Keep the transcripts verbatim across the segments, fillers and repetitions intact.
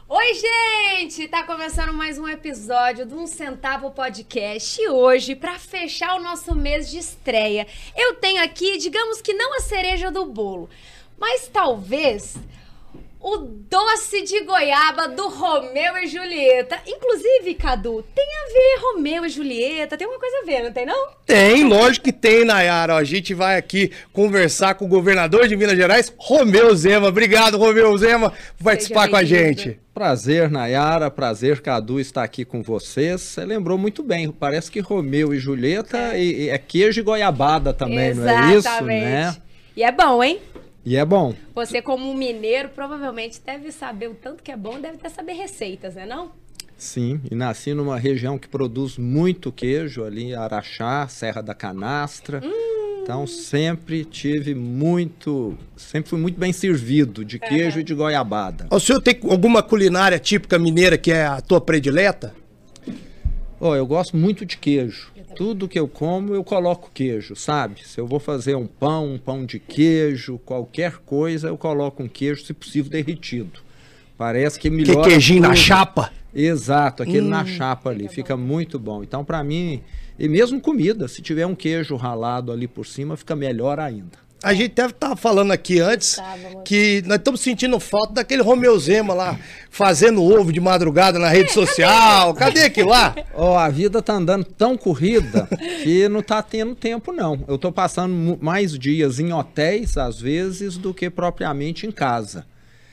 Oi, gente! Tá começando mais um episódio do Um Centavo Podcast. E hoje, para fechar o nosso mês de estreia, eu tenho aqui, digamos que não a cereja do bolo, mas talvez o doce de goiaba do Romeu e Julieta. Inclusive, Cadu, tem a ver Romeu e Julieta? Tem uma coisa a ver, não tem não? Tem, lógico que tem, Nayara. A gente vai aqui conversar com o governador de Minas Gerais, Romeu Zema. Obrigado, Romeu Zema, por participar com a gente. Prazer, Nayara, prazer, Cadu, estar aqui com vocês. Você lembrou muito bem, parece que Romeu e Julieta é, e, e é queijo e goiabada também, exatamente. Não é isso? Né? E é bom, hein? E é bom. Você, como mineiro, provavelmente deve saber o tanto que é bom, deve até saber receitas, né não? Sim, e nasci numa região que produz muito queijo, ali em Araxá, Serra da Canastra. Hum. Então sempre tive muito, sempre fui muito bem servido de queijo uhum. e de goiabada. O senhor tem alguma culinária típica mineira que é a tua predileta? Oh, eu gosto muito de queijo. Tudo que eu como, eu coloco queijo, sabe? Se eu vou fazer um pão, um pão de queijo, qualquer coisa, eu coloco um queijo, se possível, derretido. Parece que melhora. Que queijinho tudo. Na chapa? Exato, aquele hum, na chapa ali, fica, fica bom. muito bom. Então, para mim, e mesmo comida, se tiver um queijo ralado ali por cima, fica melhor ainda. A gente deve estar falando aqui antes tá, que nós estamos sentindo falta daquele Romeu Zema lá, fazendo ovo de madrugada na rede social. Cadê aquilo lá? Ó, oh, a vida tá andando tão corrida que não tá tendo tempo, não. Eu tô passando mais dias em hotéis, às vezes, do que propriamente em casa.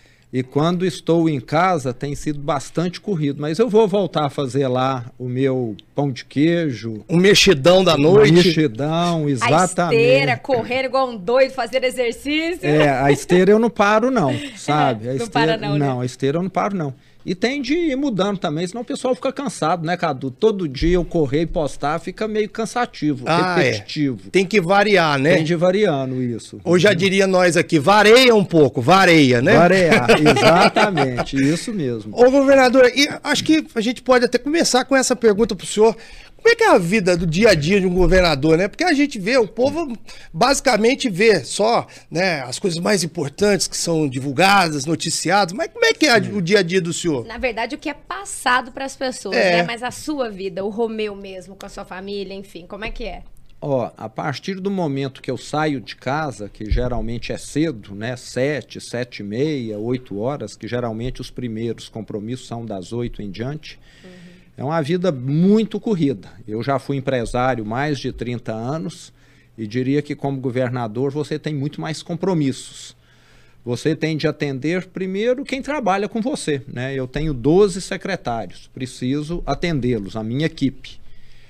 E quando estou em casa, tem sido bastante corrido. Mas eu vou voltar a fazer lá o meu pão de queijo. Um mexidão da noite. Um mexidão, exatamente. A esteira, correr igual um doido, fazer exercício. É, a esteira eu não paro não, sabe? É, a não esteira, para não, né? Não, a esteira eu não paro não. E tem de ir mudando também, senão o pessoal fica cansado, né, Cadu? Todo dia eu correr e postar fica meio cansativo, ah, repetitivo. É. Tem que variar, né? Tem de variando isso. Ou já diria nós aqui, vareia um pouco, vareia, né? Varear, exatamente, isso mesmo. Ô, governador, e acho que a gente pode até começar com essa pergunta pro senhor. Como é que é a vida do dia a dia de um governador, né? Porque a gente vê, o povo basicamente vê só, né, as coisas mais importantes que são divulgadas, noticiadas, mas como é que é o dia a dia do senhor? Na verdade, o que é passado para as pessoas, é. né? Mas a sua vida, o Romeu mesmo, com a sua família, enfim, como é que é? Ó, a partir do momento que eu saio de casa, que geralmente é cedo, né, sete, sete e meia, oito horas, que geralmente os primeiros compromissos são das oito em diante, uhum. É uma vida muito corrida. Eu já fui empresário mais de trinta anos e diria que como governador você tem muito mais compromissos. Você tem de atender primeiro quem trabalha com você, né? Eu tenho doze secretários, preciso atendê-los, a minha equipe.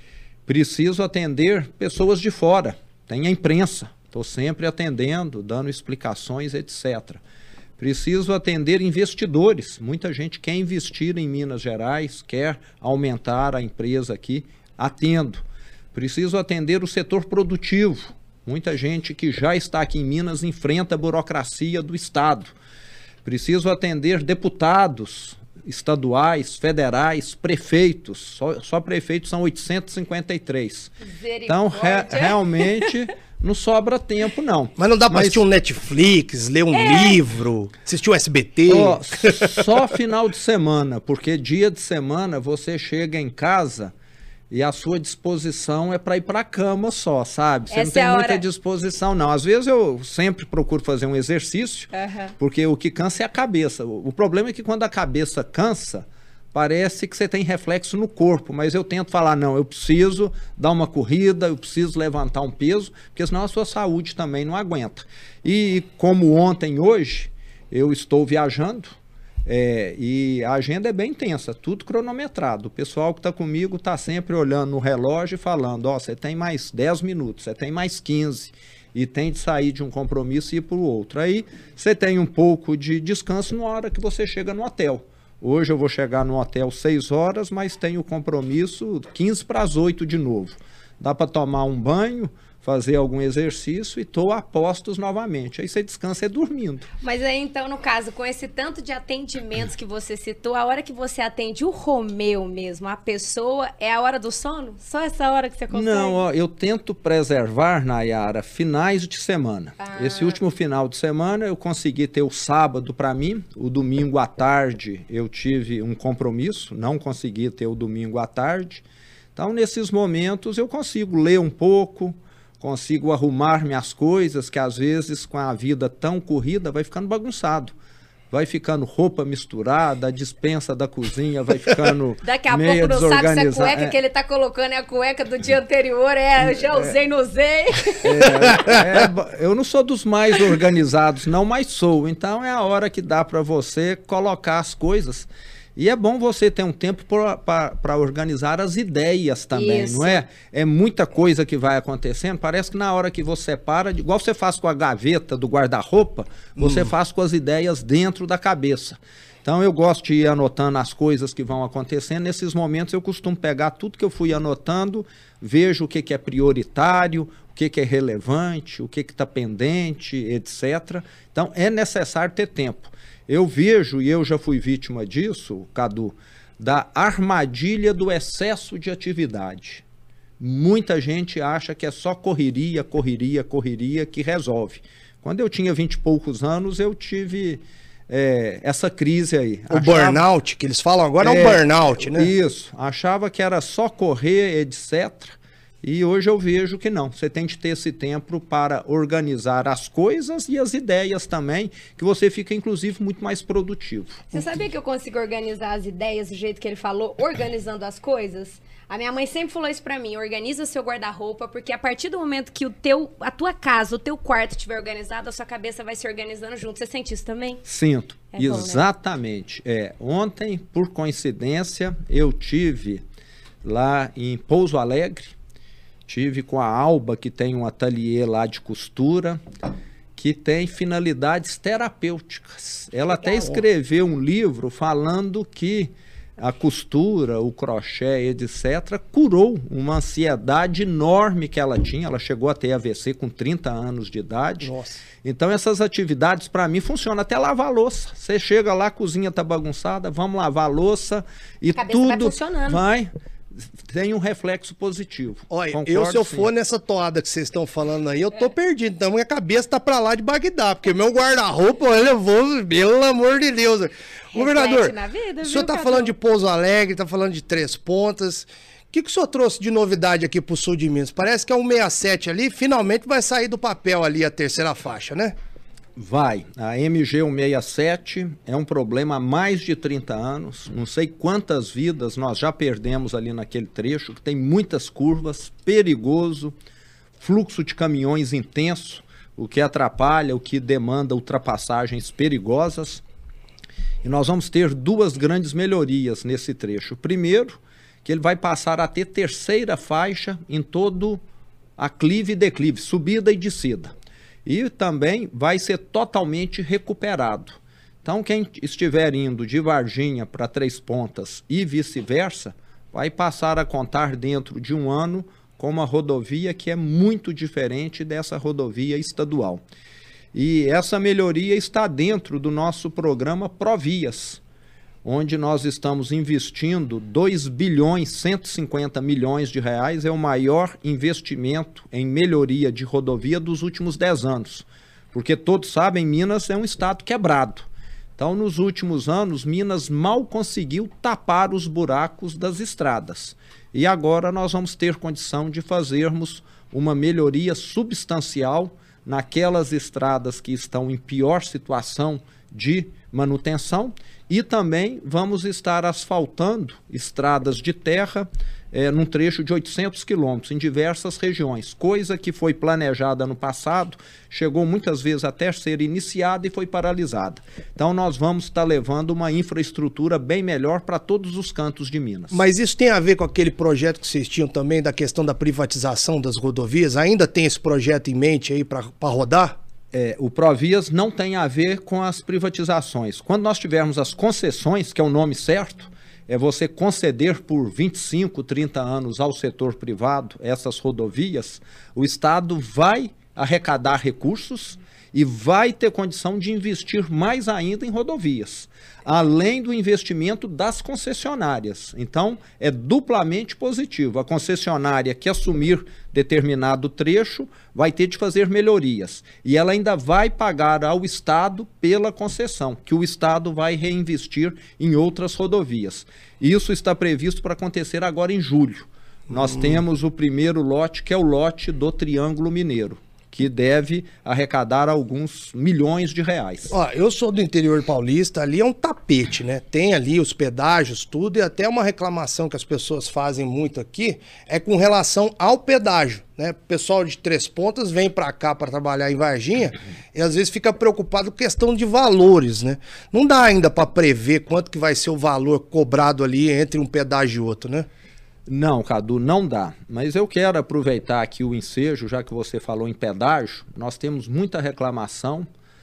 Preciso atender pessoas de fora, tem a imprensa, estou sempre atendendo, dando explicações, etcétera. Preciso atender investidores. Muita gente quer investir em Minas Gerais, quer aumentar a empresa aqui. Atendo. Preciso atender o setor produtivo. Muita gente que já está aqui em Minas enfrenta a burocracia do Estado. Preciso atender deputados estaduais, federais, prefeitos. Só, só prefeitos são oitocentos e cinquenta e três. Então, re, realmente... Não sobra tempo, não. Mas não dá pra Mas... assistir um Netflix, ler um é. livro, assistir um S B T? Oh, só final de semana, porque dia de semana você chega em casa e a sua disposição é para ir para a cama só, sabe? Você Essa não tem é muita hora... disposição, não. Às vezes eu sempre procuro fazer um exercício, uhum. porque o que cansa é a cabeça. O problema é que quando a cabeça cansa, parece que você tem reflexo no corpo, mas eu tento falar, não, eu preciso dar uma corrida, eu preciso levantar um peso, porque senão a sua saúde também não aguenta. E como ontem e hoje, eu estou viajando, é, e a agenda é bem intensa, tudo cronometrado. O pessoal que está comigo está sempre olhando no relógio e falando, ó, oh, você tem mais dez minutos, você tem mais quinze, e tem de sair de um compromisso e ir para o outro. Aí você tem um pouco de descanso na hora que você chega no hotel. Hoje eu vou chegar no hotel seis horas, mas tenho compromisso quinze para as oito de novo. Dá para tomar um banho, fazer algum exercício e estou a postos novamente. Aí você descansa é dormindo. Mas aí, então, no caso, com esse tanto de atendimentos que você citou, a hora que você atende o Romeu mesmo, a pessoa, é a hora do sono? Só essa hora que você consegue? Não, ó, eu tento preservar, Nayara, finais de semana. Ah. Esse último final de semana eu consegui ter o sábado para mim, o domingo à tarde eu tive um compromisso, não consegui ter o domingo à tarde. Então, nesses momentos eu consigo ler um pouco, consigo arrumar minhas coisas, que às vezes com a vida tão corrida vai ficando bagunçado. Vai ficando roupa misturada, a despensa da cozinha vai ficando daqui a pouco não sabe se a cueca é. que ele tá colocando é a cueca do dia anterior, é, eu já usei, é. não usei. É, é, eu não sou dos mais organizados, não, mas sou. Então é a hora que dá para você colocar as coisas. E é bom você ter um tempo para organizar as ideias também, Isso. não é? É muita coisa que vai acontecendo. Parece que na hora que você para, igual você faz com a gaveta do guarda-roupa, você hum. faz com as ideias dentro da cabeça. Então eu gosto de ir anotando as coisas que vão acontecendo. Nesses momentos eu costumo pegar tudo que eu fui anotando, vejo o que, que é prioritário, o que, que é relevante, o que está pendente, etcétera. Então é necessário ter tempo. Eu vejo, e eu já fui vítima disso, Cadu, da armadilha do excesso de atividade. Muita gente acha que é só correria, correria, correria que resolve. Quando eu tinha vinte e poucos anos, eu tive é, essa crise aí. O achava... burnout, que eles falam agora, é, é um burnout, né? Isso, achava que era só correr, etcétera. E hoje eu vejo que não, você tem que ter esse tempo para organizar as coisas e as ideias também, que você fica inclusive muito mais produtivo. Você sabia que eu consigo organizar as ideias do jeito que ele falou, organizando as coisas? A minha mãe sempre falou isso pra mim, organiza seu guarda-roupa, porque a partir do momento que o teu, a tua casa, o teu quarto estiver organizado, a sua cabeça vai se organizando junto. Você sente isso também? Sinto, é exatamente. Bom, né? É, ontem, por coincidência, eu tive lá em Pouso Alegre, tive com a Alba, que tem um ateliê lá de costura, que tem finalidades terapêuticas. Ela até escreveu um livro falando que a costura, o crochê, etcétera, curou uma ansiedade enorme que ela tinha. Ela chegou a ter A V C com trinta anos de idade. Nossa. Então essas atividades, para mim, funcionam. Até lavar a louça. Você chega lá, a cozinha tá bagunçada, vamos lavar a louça e a tudo vai funcionando. Vai... tem um reflexo positivo. Olha, Concordo, eu se eu sim. for nessa toada que vocês estão falando aí, eu tô é. perdido. Então minha cabeça tá pra lá de Bagdá, porque meu guarda-roupa, olha, eu vou, pelo amor de Deus. Governador, vida, o senhor tá falando de Pouso Alegre, tá falando de Três Pontas. O que, que o senhor trouxe de novidade aqui pro sul de Minas? Parece que é um sessenta e sete ali, finalmente vai sair do papel ali a terceira faixa, né? Vai. A M G cento e sessenta e sete é um problema há mais de trinta anos. Não sei quantas vidas nós já perdemos ali naquele trecho, que tem muitas curvas, perigoso, fluxo de caminhões intenso, o que atrapalha, o que demanda ultrapassagens perigosas. E nós vamos ter duas grandes melhorias nesse trecho. Primeiro, que ele vai passar a ter terceira faixa em todo aclive e declive, subida e descida. E também vai ser totalmente recuperado. Então, quem estiver indo de Varginha para Três Pontas e vice-versa, vai passar a contar dentro de um ano com uma rodovia que é muito diferente dessa rodovia estadual. E essa melhoria está dentro do nosso programa Provias, onde nós estamos investindo dois bilhões e cento e cinquenta milhões de reais, é o maior investimento em melhoria de rodovia dos últimos dez anos. Porque todos sabem, Minas é um estado quebrado. Então, nos últimos anos, Minas mal conseguiu tapar os buracos das estradas. E agora nós vamos ter condição de fazermos uma melhoria substancial naquelas estradas que estão em pior situação de manutenção, e também vamos estar asfaltando estradas de terra é, num trecho de oitocentos quilômetros em diversas regiões, coisa que foi planejada no passado, chegou muitas vezes até ser iniciada e foi paralisada. Então nós vamos estar levando uma infraestrutura bem melhor para todos os cantos de Minas. Mas isso tem a ver com aquele projeto que vocês tinham também da questão da privatização das rodovias? Ainda tem esse projeto em mente aí para rodar? É, o Provias não tem a ver com as privatizações. Quando nós tivermos as concessões, que é o nome certo, é você conceder por vinte e cinco, trinta anos ao setor privado essas rodovias, o Estado vai arrecadar recursos e vai ter condição de investir mais ainda em rodovias, além do investimento das concessionárias. Então, é duplamente positivo. A concessionária que assumir determinado trecho vai ter de fazer melhorias. E ela ainda vai pagar ao Estado pela concessão, que o Estado vai reinvestir em outras rodovias. Isso está previsto para acontecer agora em julho. Nós uhum. temos o primeiro lote, que é o lote do Triângulo Mineiro, que deve arrecadar alguns milhões de reais. Ó, eu sou do interior paulista, ali é um tapete, né? Tem ali os pedágios, tudo, e até uma reclamação que as pessoas fazem muito aqui é com relação ao pedágio, né? O pessoal de Três Pontas vem para cá para trabalhar em Varginha e às vezes fica preocupado com questão de valores, né? Não dá ainda para prever quanto que vai ser o valor cobrado ali entre um pedágio e outro, né? Não, Cadu, não dá. Mas eu quero aproveitar aqui o ensejo, já que você falou em pedágio. Nós temos muita reclamação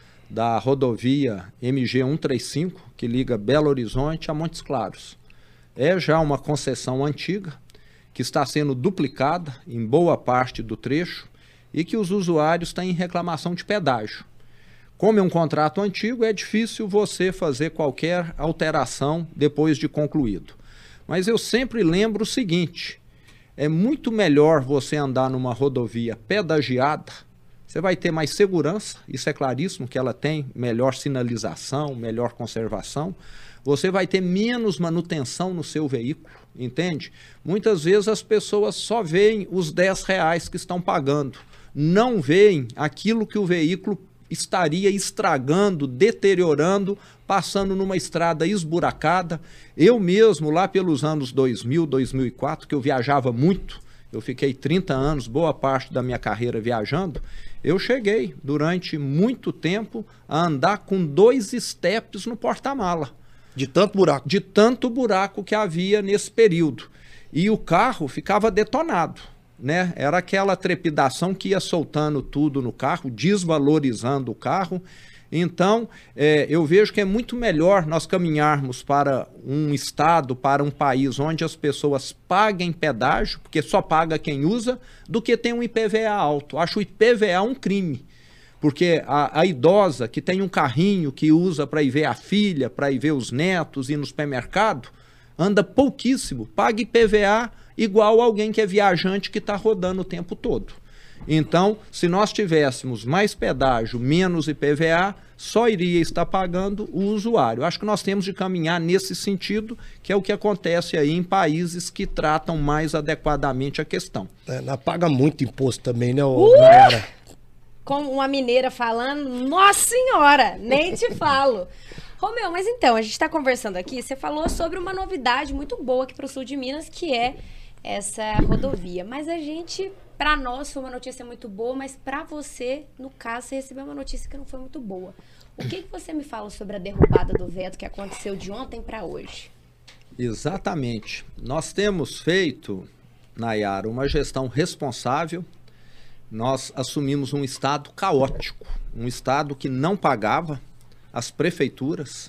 da rodovia M G cento e trinta e cinco, que liga Belo Horizonte a Montes Claros. É já uma concessão antiga, que está sendo duplicada em boa parte do trecho e que os usuários têm reclamação de pedágio. Como é um contrato antigo, é difícil você fazer qualquer alteração depois de concluído. Mas eu sempre lembro o seguinte, é muito melhor você andar numa rodovia pedagiada, você vai ter mais segurança, isso é claríssimo que ela tem melhor sinalização, melhor conservação, você vai ter menos manutenção no seu veículo, entende? Muitas vezes as pessoas só veem os dez reais que estão pagando, não veem aquilo que o veículo estaria estragando, deteriorando, passando numa estrada esburacada. Eu mesmo, lá pelos anos dois mil, dois mil e quatro, que eu viajava muito, eu fiquei trinta anos, boa parte da minha carreira viajando, eu cheguei durante muito tempo a andar com dois estepes no porta-mala. De tanto buraco? De tanto buraco que havia nesse período. E o carro ficava detonado, né? Era aquela trepidação que ia soltando tudo no carro, desvalorizando o carro. Então, é, eu vejo que é muito melhor nós caminharmos para um estado, para um país onde as pessoas paguem pedágio, porque só paga quem usa, do que tem um I P V A alto. Acho o I P V A um crime, porque a, a idosa que tem um carrinho que usa para ir ver a filha, para ir ver os netos, ir no supermercado, anda pouquíssimo, paga I P V A igual alguém que é viajante que está rodando o tempo todo. Então, se nós tivéssemos mais pedágio, menos I P V A, só iria estar pagando o usuário. Acho que nós temos de caminhar nesse sentido, que é o que acontece aí em países que tratam mais adequadamente a questão. É, ela paga muito imposto também, né, uh! Nayara? Como uma mineira falando, nossa senhora, nem te falo. Romeu, mas então, a gente está conversando aqui, você falou sobre uma novidade muito boa aqui para o sul de Minas, que é essa rodovia. Mas a gente, para nós, foi uma notícia muito boa, mas para você, no caso, você recebeu uma notícia que não foi muito boa. O que, que você me fala sobre a derrubada do veto que aconteceu de ontem para hoje? Exatamente. Nós temos feito, Nayara, uma gestão responsável. Nós assumimos um estado caótico, um estado que não pagava as prefeituras.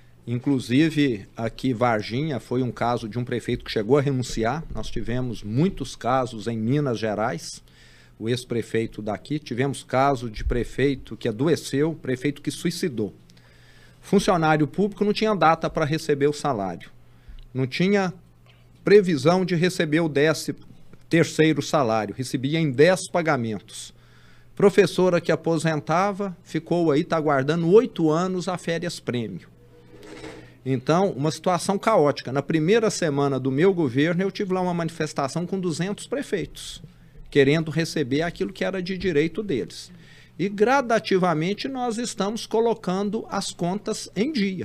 Inclusive, aqui Varginha foi um caso de um prefeito que chegou a renunciar. Nós tivemos muitos casos em Minas Gerais, o ex-prefeito daqui. Tivemos caso de prefeito que adoeceu, prefeito que suicidou. Funcionário público não tinha data para receber o salário. Não tinha previsão de receber o décimo terceiro salário. Recebia em dez pagamentos. Professora que aposentava, ficou aí, está aguardando oito anos a férias prêmio. Então, uma situação caótica. Na primeira semana do meu governo, eu tive lá uma manifestação com duzentos prefeitos, querendo receber aquilo que era de direito deles. E gradativamente nós estamos colocando as contas em dia.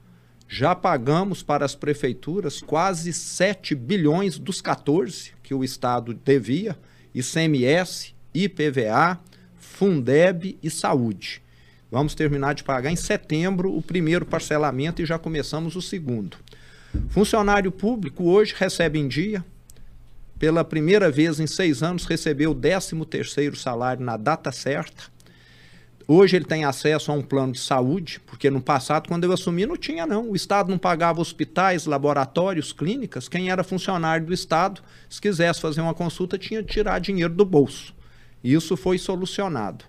Já pagamos para as prefeituras quase sete bilhões dos quatorze que o Estado devia, I C M S, I P V A, Fundeb e Saúde. Vamos terminar de pagar em setembro o primeiro parcelamento e já começamos o segundo. Funcionário público hoje recebe em dia, pela primeira vez em seis anos, recebeu o décimo terceiro salário na data certa. Hoje ele tem acesso a um plano de saúde, porque no passado, quando eu assumi, não tinha não. O Estado não pagava hospitais, laboratórios, clínicas. Quem era funcionário do Estado, se quisesse fazer uma consulta, tinha que tirar dinheiro do bolso. Isso foi solucionado.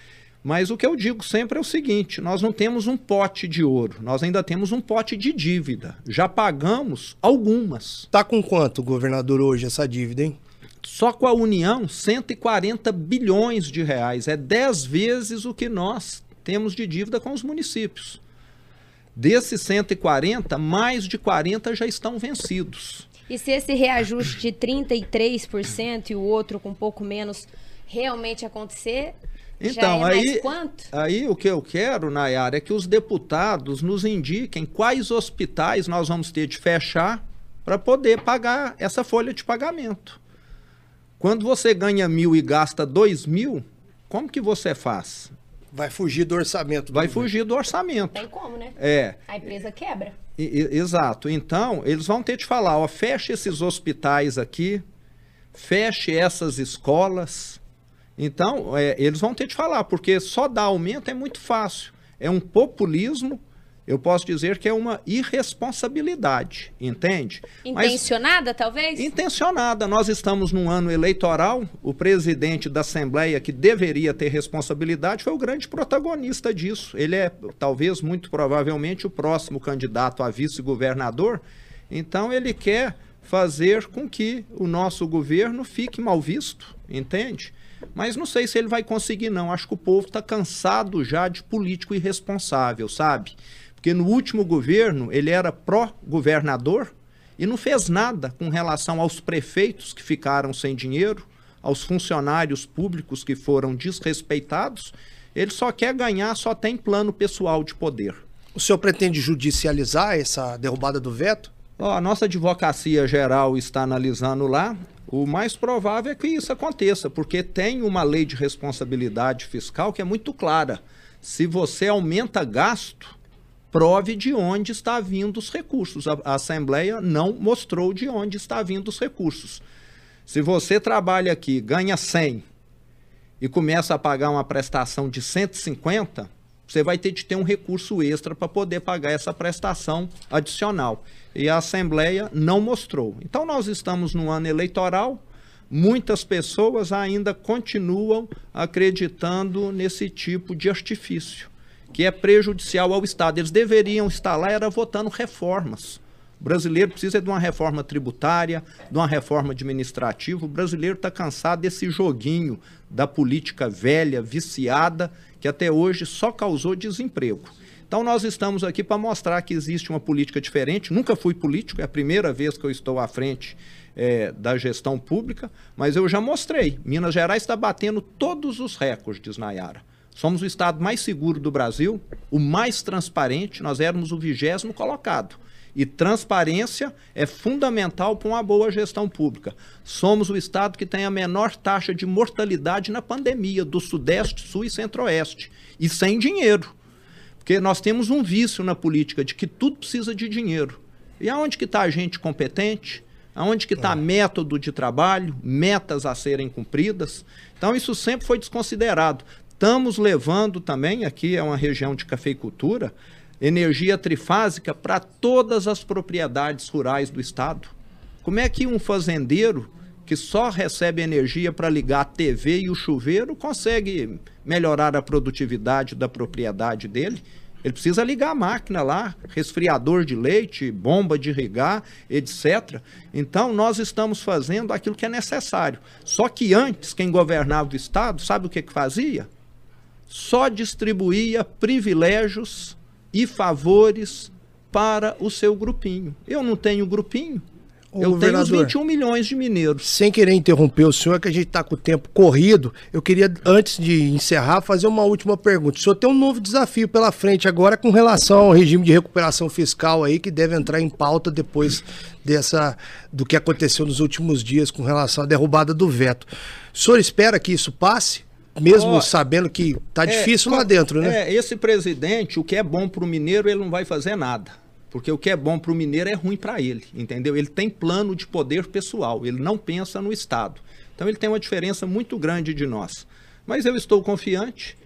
Mas o que eu digo sempre é o seguinte, nós não temos um pote de ouro, nós ainda temos um pote de dívida. Já pagamos algumas. Tá com quanto, governador, hoje essa dívida, hein? Só com a União, cento e quarenta bilhões de reais. É dez vezes o que nós temos de dívida com os municípios. Desses cento e quarenta, mais de quarenta já estão vencidos. E se esse reajuste de trinta e três por cento e o outro com um pouco menos realmente acontecer, então, já é aí, mais quanto? Aí o que eu quero, Nayara, é que os deputados nos indiquem quais hospitais nós vamos ter de fechar para poder pagar essa folha de pagamento. Quando você ganha mil e gasta dois mil, como que você faz? Vai fugir do orçamento. Do Vai governo. fugir do orçamento. Tem como, né? É. A empresa quebra. E, e, exato. Então, eles vão ter de falar, ó, feche esses hospitais aqui, feche essas escolas. Então, é, eles vão ter de falar, porque só dar aumento é muito fácil. É um populismo. Eu posso dizer que é uma irresponsabilidade, entende? Intencionada, Mas, talvez? Intencionada. Nós estamos num ano eleitoral, o presidente da Assembleia, que deveria ter responsabilidade, foi o grande protagonista disso. Ele é, talvez, muito provavelmente, o próximo candidato a vice-governador. Então, ele quer fazer com que o nosso governo fique mal visto, entende? Mas não sei se ele vai conseguir, não. Acho que o povo está cansado já de político irresponsável, sabe? Porque no último governo ele era pró-governador e não fez nada com relação aos prefeitos que ficaram sem dinheiro, aos funcionários públicos que foram desrespeitados. Ele só quer ganhar, só tem plano pessoal de poder. O senhor pretende judicializar essa derrubada do veto? Ó, a nossa advocacia geral está analisando lá. O mais provável é que isso aconteça, porque tem uma lei de responsabilidade fiscal que é muito clara. Se você aumenta gasto, prove de onde está vindo os recursos. A, a Assembleia não mostrou de onde está vindo os recursos. Se você trabalha aqui, ganha cem e começa a pagar uma prestação de cento e cinquenta, você vai ter de ter um recurso extra para poder pagar essa prestação adicional. E a Assembleia não mostrou. Então nós estamos no ano eleitoral, muitas pessoas ainda continuam acreditando nesse tipo de artifício, que é prejudicial ao Estado. Eles deveriam estar lá era votando reformas. O brasileiro precisa de uma reforma tributária, de uma reforma administrativa. O brasileiro está cansado desse joguinho da política velha, viciada, que até hoje só causou desemprego. Então nós estamos aqui para mostrar que existe uma política diferente. Nunca fui político, é a primeira vez que eu estou à frente é, da gestão pública, mas eu já mostrei. Minas Gerais está batendo todos os recordes, Nayara. Somos o estado mais seguro do Brasil, o mais transparente, nós éramos o vigésimo colocado. E transparência é fundamental para uma boa gestão pública. Somos o estado que tem a menor taxa de mortalidade na pandemia, do Sudeste, Sul e Centro-Oeste. E sem dinheiro. Porque nós temos um vício na política de que tudo precisa de dinheiro. E aonde que está a gente competente? Aonde que está método de trabalho? Metas a serem cumpridas? Então isso sempre foi desconsiderado. Estamos levando também, aqui é uma região de cafeicultura, energia trifásica para todas as propriedades rurais do estado. Como é que um fazendeiro que só recebe energia para ligar a T V e o chuveiro consegue melhorar a produtividade da propriedade dele? Ele precisa ligar a máquina lá, resfriador de leite, bomba de irrigar, etcétera. Então, nós estamos fazendo aquilo que é necessário. Só que antes, quem governava o estado, sabe o que que fazia? Só distribuía privilégios e favores para o seu grupinho. Eu não tenho grupinho. Ô, eu tenho os vinte e um milhões de mineiros. Sem querer interromper o senhor, que a gente está com o tempo corrido, eu queria, antes de encerrar, fazer uma última pergunta. O senhor tem um novo desafio pela frente agora com relação ao regime de recuperação fiscal aí, que deve entrar em pauta depois dessa, do que aconteceu nos últimos dias com relação à derrubada do veto. O senhor espera que isso passe? Mesmo oh, sabendo que tá difícil é, lá dentro, né? É, esse presidente, o que é bom para o mineiro, ele não vai fazer nada. Porque o que é bom para o mineiro é ruim para ele, entendeu? Ele tem plano de poder pessoal, ele não pensa no Estado. Então ele tem uma diferença muito grande de nós. Mas eu estou confiante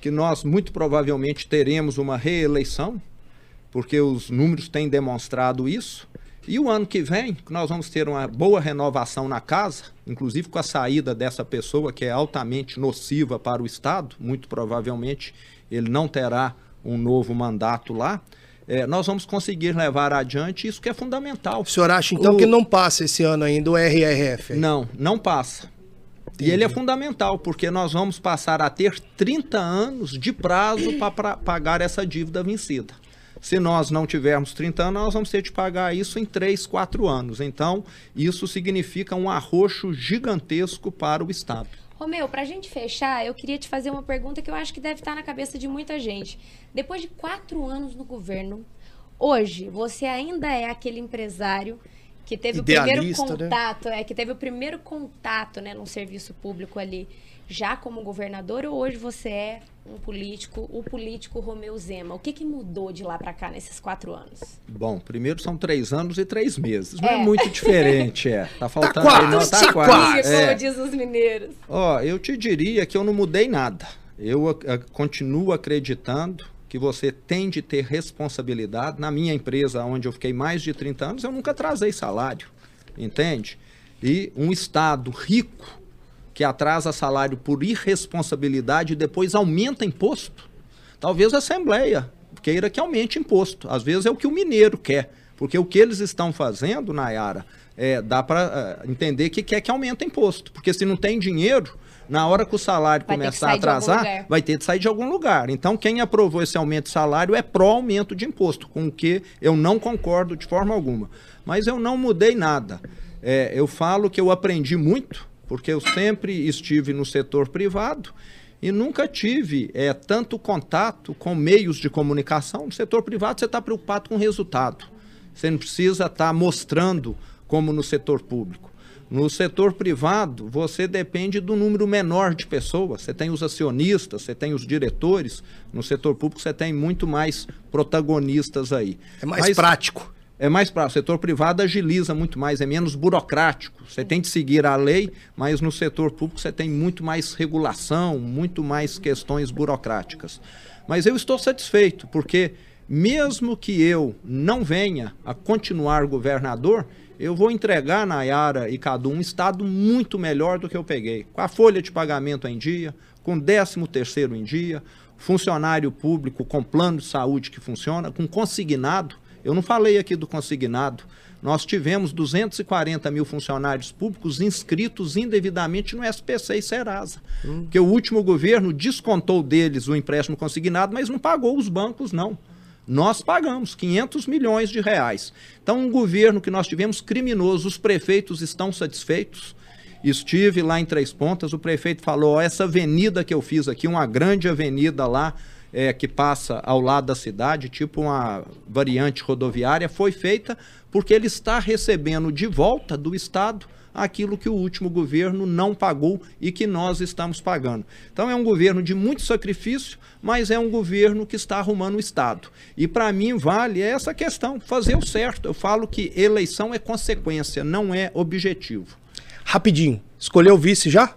que nós muito provavelmente teremos uma reeleição, porque os números têm demonstrado isso. E o ano que vem, nós vamos ter uma boa renovação na casa, inclusive com a saída dessa pessoa que é altamente nociva para o Estado, muito provavelmente ele não terá um novo mandato lá. É, nós vamos conseguir levar adiante isso que é fundamental. O senhor acha então o... que não passa esse ano ainda o R R F? Aí? Não, não passa. Entendi. E ele é fundamental, porque nós vamos passar a ter trinta anos de prazo para pagar essa dívida vencida. Se nós não tivermos trinta anos, nós vamos ter de pagar isso em três, quatro anos. Então, isso significa um arroxo gigantesco para o Estado. Romeu, para a gente fechar, eu queria te fazer uma pergunta que eu acho que deve estar na cabeça de muita gente. Depois de quatro anos no governo, hoje, você ainda é aquele empresário que teve Idealista, o primeiro contato, né? é, que teve o primeiro contato, né, no serviço público ali, já como governador, ou hoje você é um político, o político Romeu Zema? O que, que mudou de lá para cá nesses quatro anos? Bom, primeiro são três anos e três meses. Não é, é muito diferente, é. Tá faltando... Tá quase, não, tá quase. Como é. diz os mineiros. Ó, eu te diria que eu não mudei nada. Eu a, a, continuo acreditando que você tem de ter responsabilidade. Na minha empresa, onde eu fiquei mais de trinta anos, eu nunca atrasei salário, entende? E um Estado rico que atrasa salário por irresponsabilidade e depois aumenta imposto, talvez a Assembleia queira que aumente imposto. Às vezes é o que o mineiro quer, porque o que eles estão fazendo, Nayara, é, dá para uh, entender que quer que aumente imposto, porque se não tem dinheiro, na hora que o salário vai começar a atrasar, vai ter de sair de algum lugar. Então, quem aprovou esse aumento de salário é pró-aumento de imposto, com o que eu não concordo de forma alguma. Mas eu não mudei nada. É, eu falo que eu aprendi muito, porque eu sempre estive no setor privado e nunca tive é, tanto contato com meios de comunicação. No setor privado você está preocupado com o resultado. Você não precisa estar mostrando como no setor público. No setor privado, você depende do número menor de pessoas. Você tem os acionistas, você tem os diretores. No setor público, você tem muito mais protagonistas aí. É mais Mas, prático. É mais prático. O setor privado agiliza muito mais, é menos burocrático. Você tem de seguir a lei, mas no setor público você tem muito mais regulação, muito mais questões burocráticas. Mas eu estou satisfeito, porque mesmo que eu não venha a continuar governador, eu vou entregar, Nayara e Cadu, um Estado muito melhor do que eu peguei. Com a folha de pagamento em dia, com o décimo terceiro em dia, funcionário público com plano de saúde que funciona, com consignado. Eu não falei aqui do consignado. Nós tivemos duzentos e quarenta mil funcionários públicos inscritos indevidamente no S P C e Serasa. Hum. Porque o último governo descontou deles o empréstimo consignado, mas não pagou os bancos, não. Nós pagamos quinhentos milhões de reais. Então, um governo que nós tivemos criminoso, os prefeitos estão satisfeitos. Estive lá em Três Pontas, o prefeito falou, ó, essa avenida que eu fiz aqui, uma grande avenida lá, é, que passa ao lado da cidade, tipo uma variante rodoviária, foi feita porque ele está recebendo de volta do Estado aquilo que o último governo não pagou e que nós estamos pagando. Então é um governo de muito sacrifício, mas é um governo que está arrumando o Estado. E para mim vale essa questão, fazer o certo. Eu falo que eleição é consequência, não é objetivo. Rapidinho, escolheu o vice já?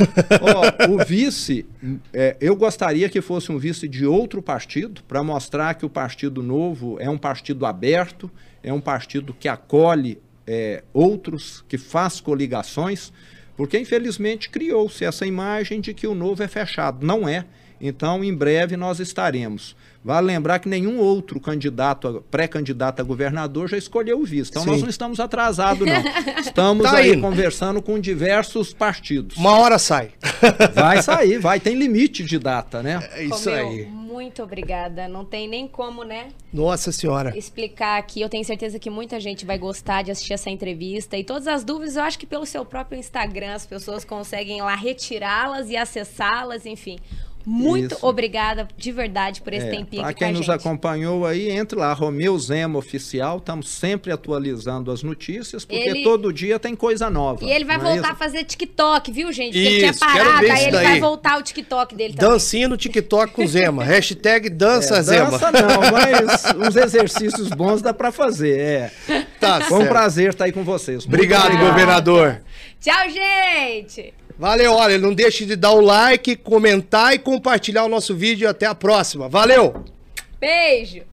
Ó, o vice, é, eu gostaria que fosse um vice de outro partido, para mostrar que o Partido Novo é um partido aberto, é um partido que acolhe É, outros, que faz coligações, porque infelizmente criou-se essa imagem de que o Novo é fechado. Não é. Então, em breve nós estaremos. Vale lembrar que nenhum outro candidato, pré-candidato a governador já escolheu o vice. Então, Sim. nós não estamos atrasados, não. Estamos tá aí indo. conversando com diversos partidos. Uma hora sai. Vai sair, vai. Tem limite de data, né? É isso Romeu, aí. Muito obrigada. Não tem nem como, né? Nossa Senhora. Explicar aqui. Eu tenho certeza que muita gente vai gostar de assistir essa entrevista. E todas as dúvidas, eu acho que pelo seu próprio Instagram, as pessoas conseguem lá retirá-las e acessá-las, enfim. Muito Isso. obrigada, de verdade, por esse é, tempinho aqui com a gente. Para quem nos acompanhou aí, entre lá, Romeu Zema Oficial, estamos sempre atualizando as notícias, porque ele... todo dia tem coisa nova. E ele vai voltar é a fazer TikTok, viu, gente? Porque ele tinha parado, aí ele daí. vai voltar o TikTok dele também. Dancinha no TikTok com Zema, hashtag dança é, Zema. Dança não, mas uns exercícios bons dá para fazer, é. Tá Foi um certo. prazer estar aí com vocês. Muito Obrigado, governador. Tchau, gente! Valeu, olha, não deixe de dar o like, comentar e compartilhar o nosso vídeo. Até a próxima. Valeu! Beijo!